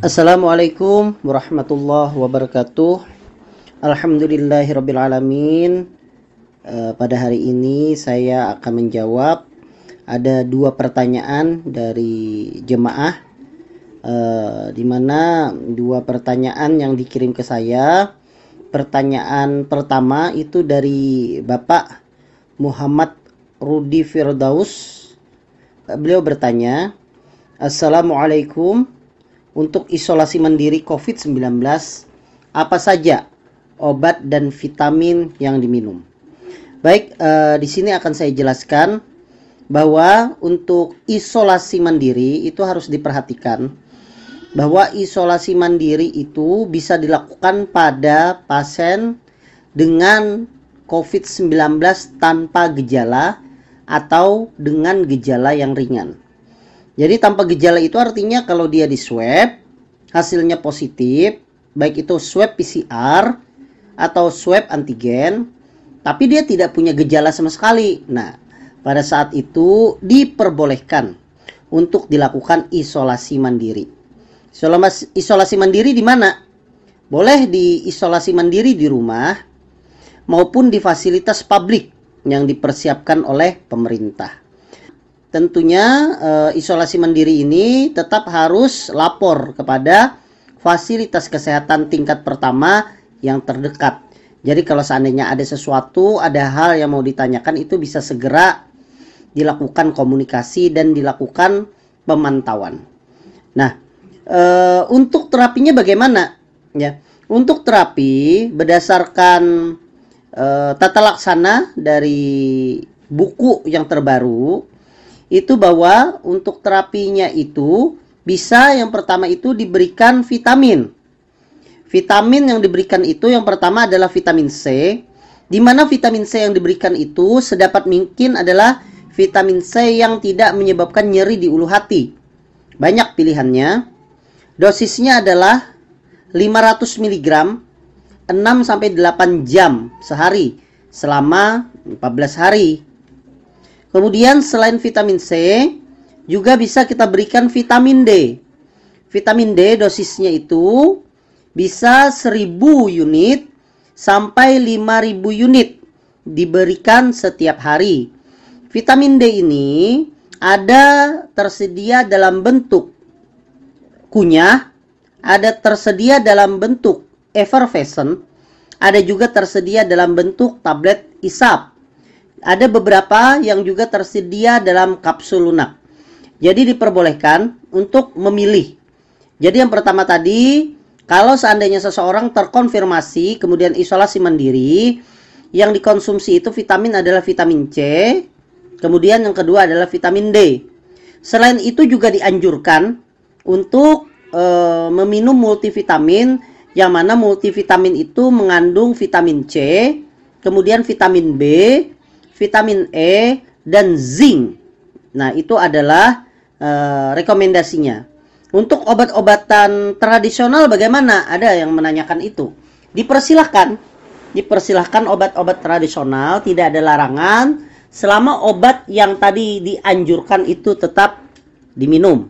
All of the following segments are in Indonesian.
Assalamualaikum warahmatullahi wabarakatuh. Alhamdulillahirrabbilalamin. Pada hari ini saya akan menjawab ada dua pertanyaan dari jemaah, di mana dua pertanyaan yang dikirim ke saya. Pertanyaan pertama itu dari Bapak Muhammad Rudi Firdaus. Beliau bertanya, Assalamualaikum, untuk isolasi mandiri COVID-19, apa saja obat dan vitamin yang diminum? Baik, di sini akan saya jelaskan bahwa untuk isolasi mandiri itu harus diperhatikan bahwa isolasi mandiri itu bisa dilakukan pada pasien dengan COVID-19 tanpa gejala atau dengan gejala yang ringan. Jadi tanpa gejala itu artinya kalau dia di swab, hasilnya positif, baik itu swab PCR atau swab antigen, tapi dia tidak punya gejala sama sekali. Nah, pada saat itu diperbolehkan untuk dilakukan isolasi mandiri. Isolasi mandiri di mana? Boleh di isolasi mandiri di rumah maupun di fasilitas publik yang dipersiapkan oleh pemerintah. Tentunya isolasi mandiri ini tetap harus lapor kepada fasilitas kesehatan tingkat pertama yang terdekat. Jadi kalau seandainya ada sesuatu, ada hal yang mau ditanyakan, itu bisa segera dilakukan komunikasi dan dilakukan pemantauan. Nah, untuk terapinya bagaimana? Ya, untuk terapi berdasarkan tata laksana dari buku yang terbaru, itu bahwa untuk terapinya itu bisa yang pertama itu diberikan vitamin. Vitamin yang diberikan itu yang pertama adalah vitamin C, di mana vitamin C yang diberikan itu sedapat mungkin adalah vitamin C yang tidak menyebabkan nyeri di ulu hati. Banyak pilihannya. Dosisnya adalah 500 mg 6-8 jam sehari selama 14 hari. Kemudian selain vitamin C, juga bisa kita berikan vitamin D. Vitamin D dosisnya itu bisa 1000 unit sampai 5000 unit diberikan setiap hari. Vitamin D ini ada tersedia dalam bentuk kunyah, ada tersedia dalam bentuk effervescent, ada juga tersedia dalam bentuk tablet isap. Ada beberapa yang juga tersedia dalam kapsul lunak. Jadi diperbolehkan untuk memilih. Jadi yang pertama tadi, kalau seandainya seseorang terkonfirmasi kemudian isolasi mandiri, yang dikonsumsi itu vitamin adalah vitamin C, kemudian yang kedua adalah vitamin D. Selain itu juga dianjurkan untuk meminum multivitamin, yang mana multivitamin itu mengandung vitamin C, kemudian vitamin B, vitamin E, dan zinc. Nah, itu adalah rekomendasinya. Untuk obat-obatan tradisional bagaimana? Ada yang menanyakan itu. Dipersilahkan obat-obat tradisional, tidak ada larangan selama obat yang tadi dianjurkan itu tetap diminum.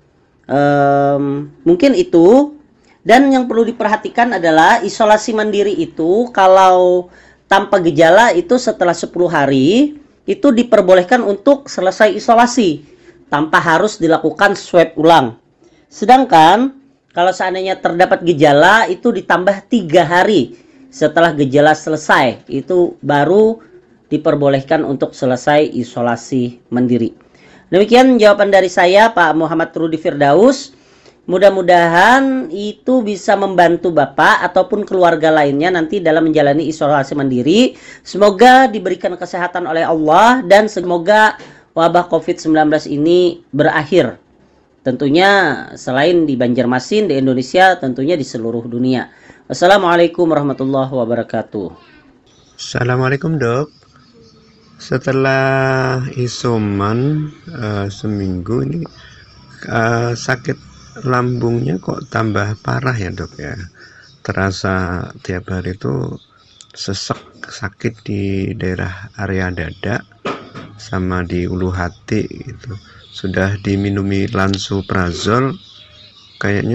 Mungkin itu. Dan yang perlu diperhatikan adalah isolasi mandiri itu kalau tanpa gejala itu setelah 10 hari itu diperbolehkan untuk selesai isolasi tanpa harus dilakukan swab ulang. Sedangkan kalau seandainya terdapat gejala itu ditambah 3 hari setelah gejala selesai, itu baru diperbolehkan untuk selesai isolasi mandiri. Demikian jawaban dari saya, Pak Muhammad Rudi Firdaus. Mudah-mudahan itu bisa membantu Bapak ataupun keluarga lainnya nanti dalam menjalani isolasi mandiri. Semoga diberikan kesehatan oleh Allah dan semoga wabah COVID-19 ini berakhir. Tentunya selain di Banjarmasin, di Indonesia, tentunya di seluruh dunia. Wassalamualaikum warahmatullahi wabarakatuh. Assalamualaikum, Dok. Setelah isoman seminggu ini sakit lambungnya kok tambah parah ya, Dok ya. Terasa tiap hari itu sesek, sakit di daerah area dada sama di ulu hati gitu. Sudah diminumi lansoprazol, kayaknya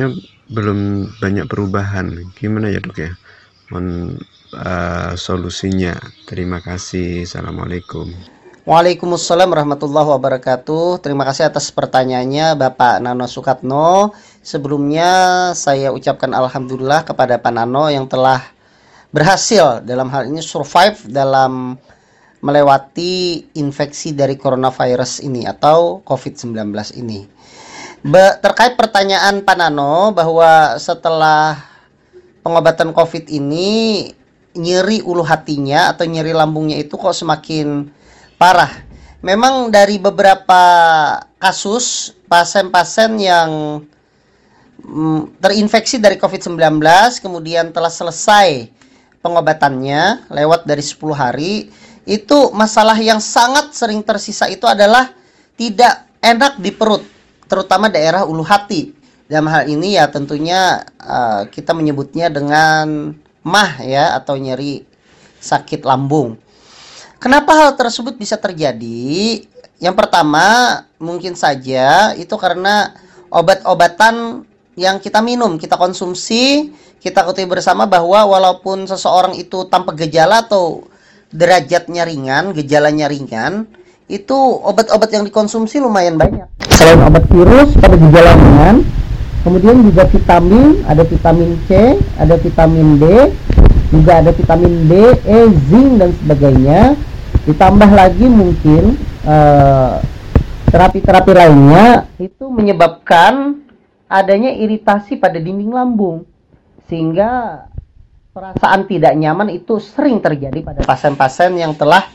belum banyak perubahan. Gimana ya dok ya? Mohon solusinya. Terima kasih. Assalamualaikum. Waalaikumsalam warahmatullahi wabarakatuh. Terima kasih atas pertanyaannya Bapak Nano Sukatno. Sebelumnya saya ucapkan alhamdulillah kepada Pak Nano yang telah berhasil dalam hal ini survive dalam melewati infeksi dari coronavirus ini atau COVID-19 ini. Terkait pertanyaan Pak Nano bahwa setelah pengobatan COVID ini nyeri ulu hatinya atau nyeri lambungnya itu kok semakin parah. Memang dari beberapa kasus pasien-pasien yang terinfeksi dari COVID-19 kemudian telah selesai pengobatannya lewat dari 10 hari, itu masalah yang sangat sering tersisa itu adalah tidak enak di perut, terutama daerah ulu hati. Dalam hal ini ya tentunya kita menyebutnya dengan MAH ya, atau nyeri sakit lambung. Kenapa hal tersebut bisa terjadi? Yang pertama mungkin saja itu karena obat-obatan yang kita minum, kita konsumsi. Kita ketahui bersama bahwa walaupun seseorang itu tanpa gejala atau derajatnya ringan, gejalanya ringan, itu obat-obat yang dikonsumsi lumayan banyak. Selain obat virus pada gejala ringan, kemudian juga vitamin, ada vitamin C, ada vitamin D, juga ada vitamin D, E, zinc dan sebagainya. Ditambah lagi mungkin terapi-terapi lainnya itu menyebabkan adanya iritasi pada dinding lambung, sehingga perasaan tidak nyaman itu sering terjadi pada pasien-pasien yang telah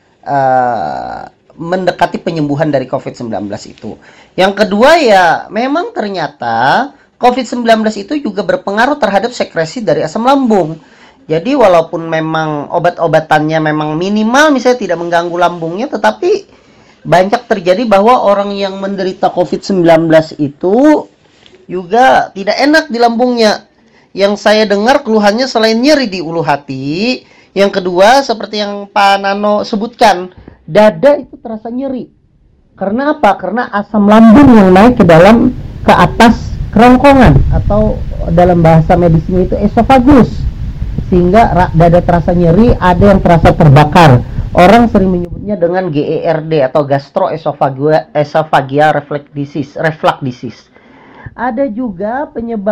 mendekati penyembuhan dari COVID-19 itu. Yang kedua ya, memang ternyata COVID-19 itu juga berpengaruh terhadap sekresi dari asam lambung. Jadi walaupun memang obat-obatannya memang minimal, misalnya tidak mengganggu lambungnya, tetapi banyak terjadi bahwa orang yang menderita COVID-19 itu juga tidak enak di lambungnya. Yang saya dengar keluhannya selain nyeri di ulu hati, yang kedua seperti yang Pak Nano sebutkan, dada itu terasa nyeri. Karena apa? Karena asam lambung yang naik ke atas kerongkongan, atau dalam bahasa medisnya itu esofagus, sehingga dada terasa nyeri, ada yang terasa terbakar. Orang sering menyebutnya dengan GERD atau gastroesophageal reflux disease. Ada juga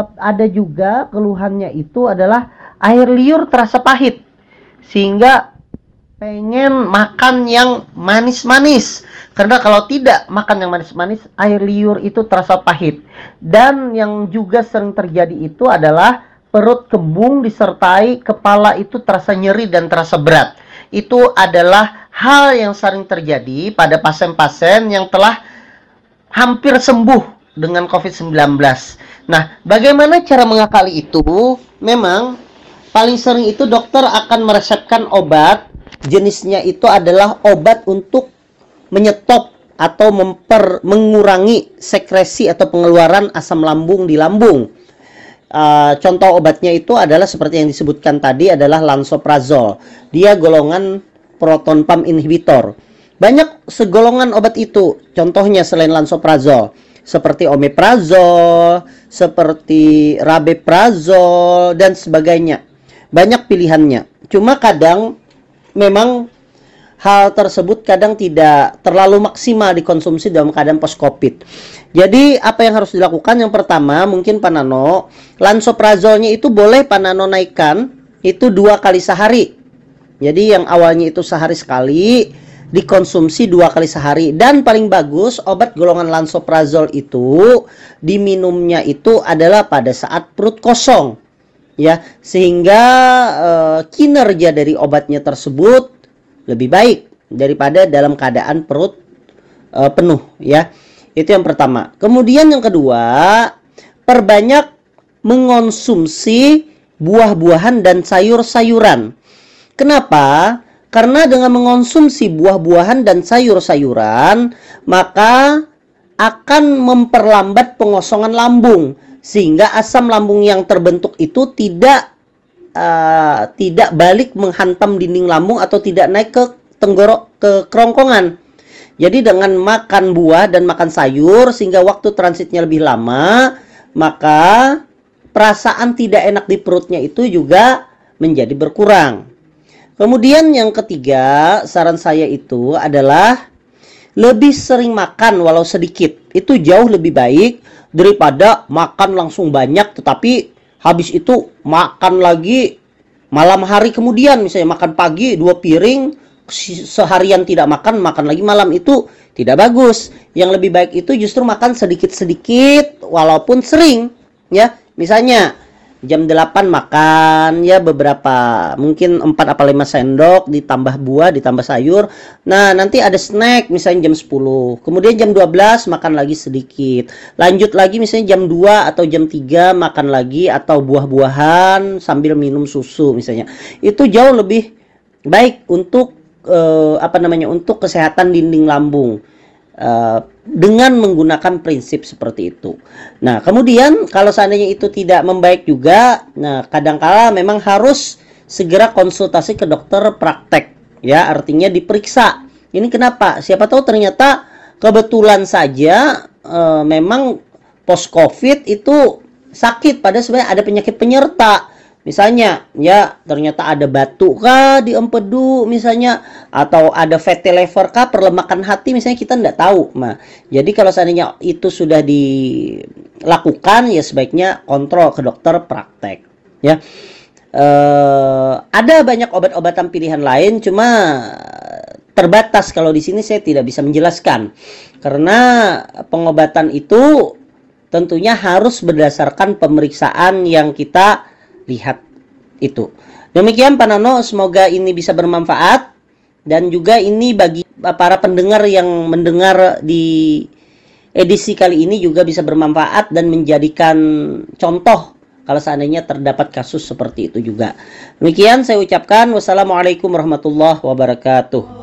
keluhannya itu adalah air liur terasa pahit, sehingga pengen makan yang manis-manis. Karena kalau tidak makan yang manis-manis, air liur itu terasa pahit. Dan yang juga sering terjadi itu adalah perut kembung disertai kepala itu terasa nyeri dan terasa berat. Itu adalah hal yang sering terjadi pada pasien-pasien yang telah hampir sembuh dengan COVID-19. Nah, bagaimana cara mengakali itu? Memang paling sering itu dokter akan meresepkan obat, jenisnya itu adalah obat untuk menyetop atau mengurangi sekresi atau pengeluaran asam lambung di lambung. Contoh obatnya itu adalah seperti yang disebutkan tadi, adalah lansoprazol. Dia golongan proton pump inhibitor. Banyak segolongan obat itu. Contohnya selain lansoprazol, seperti omeprazol, seperti rabeprazol dan sebagainya. Banyak pilihannya. Cuma kadang memang hal tersebut kadang tidak terlalu maksimal dikonsumsi dalam keadaan post-COVID. Jadi apa yang harus dilakukan? Yang pertama, mungkin Pak Nano, lansoprazolnya itu boleh Pak Nano naikkan itu 2 kali sehari. Jadi yang awalnya itu sehari sekali, dikonsumsi 2 kali sehari. Dan paling bagus obat golongan lansoprazol itu diminumnya itu adalah pada saat perut kosong, ya, sehingga kinerja dari obatnya tersebut lebih baik daripada dalam keadaan perut penuh, ya. Itu yang pertama. Kemudian yang kedua, perbanyak mengonsumsi buah-buahan dan sayur-sayuran. Kenapa? Karena dengan mengonsumsi buah-buahan dan sayur-sayuran, maka akan memperlambat pengosongan lambung, sehingga asam lambung yang terbentuk itu tidak balik menghantam dinding lambung atau tidak naik ke kerongkongan. Jadi dengan makan buah dan makan sayur sehingga waktu transitnya lebih lama, maka perasaan tidak enak di perutnya itu juga menjadi berkurang. Kemudian yang ketiga, saran saya itu adalah lebih sering makan walau sedikit. Itu jauh lebih baik daripada makan langsung banyak tetapi habis itu makan lagi malam hari kemudian. Misalnya makan pagi 2 piring, seharian tidak makan, makan lagi malam, itu tidak bagus. Yang lebih baik itu justru makan sedikit-sedikit walaupun sering, ya. Misalnya jam 8 makan ya beberapa, mungkin 4 apa 5 sendok, ditambah buah, ditambah sayur. Nah, nanti ada snack misalnya jam 10. Kemudian jam 12 makan lagi sedikit. Lanjut lagi misalnya jam 2 atau jam 3 makan lagi atau buah-buahan sambil minum susu misalnya. Itu jauh lebih baik untuk untuk kesehatan dinding lambung. Dengan menggunakan prinsip seperti itu. Nah, kemudian kalau seandainya itu tidak membaik juga, nah kadangkala memang harus segera konsultasi ke dokter praktek, ya, artinya diperiksa. Ini kenapa? Siapa tahu ternyata kebetulan saja memang post COVID itu sakit, padahal sebenarnya ada penyakit penyerta. Misalnya, ya ternyata ada batu kah di empedu misalnya, atau ada fatty liver kah, perlemakan hati misalnya, kita tidak tahu. Nah, jadi kalau seandainya itu sudah dilakukan, ya sebaiknya kontrol ke dokter praktek. Ya, ada banyak obat-obatan pilihan lain, cuma terbatas kalau di sini saya tidak bisa menjelaskan, karena pengobatan itu tentunya harus berdasarkan pemeriksaan yang kita lihat itu. Demikian Pak Nano, semoga ini bisa bermanfaat dan juga ini bagi para pendengar yang mendengar di edisi kali ini juga bisa bermanfaat dan menjadikan contoh kalau seandainya terdapat kasus seperti itu juga. Demikian saya ucapkan, wassalamualaikum warahmatullahi wabarakatuh.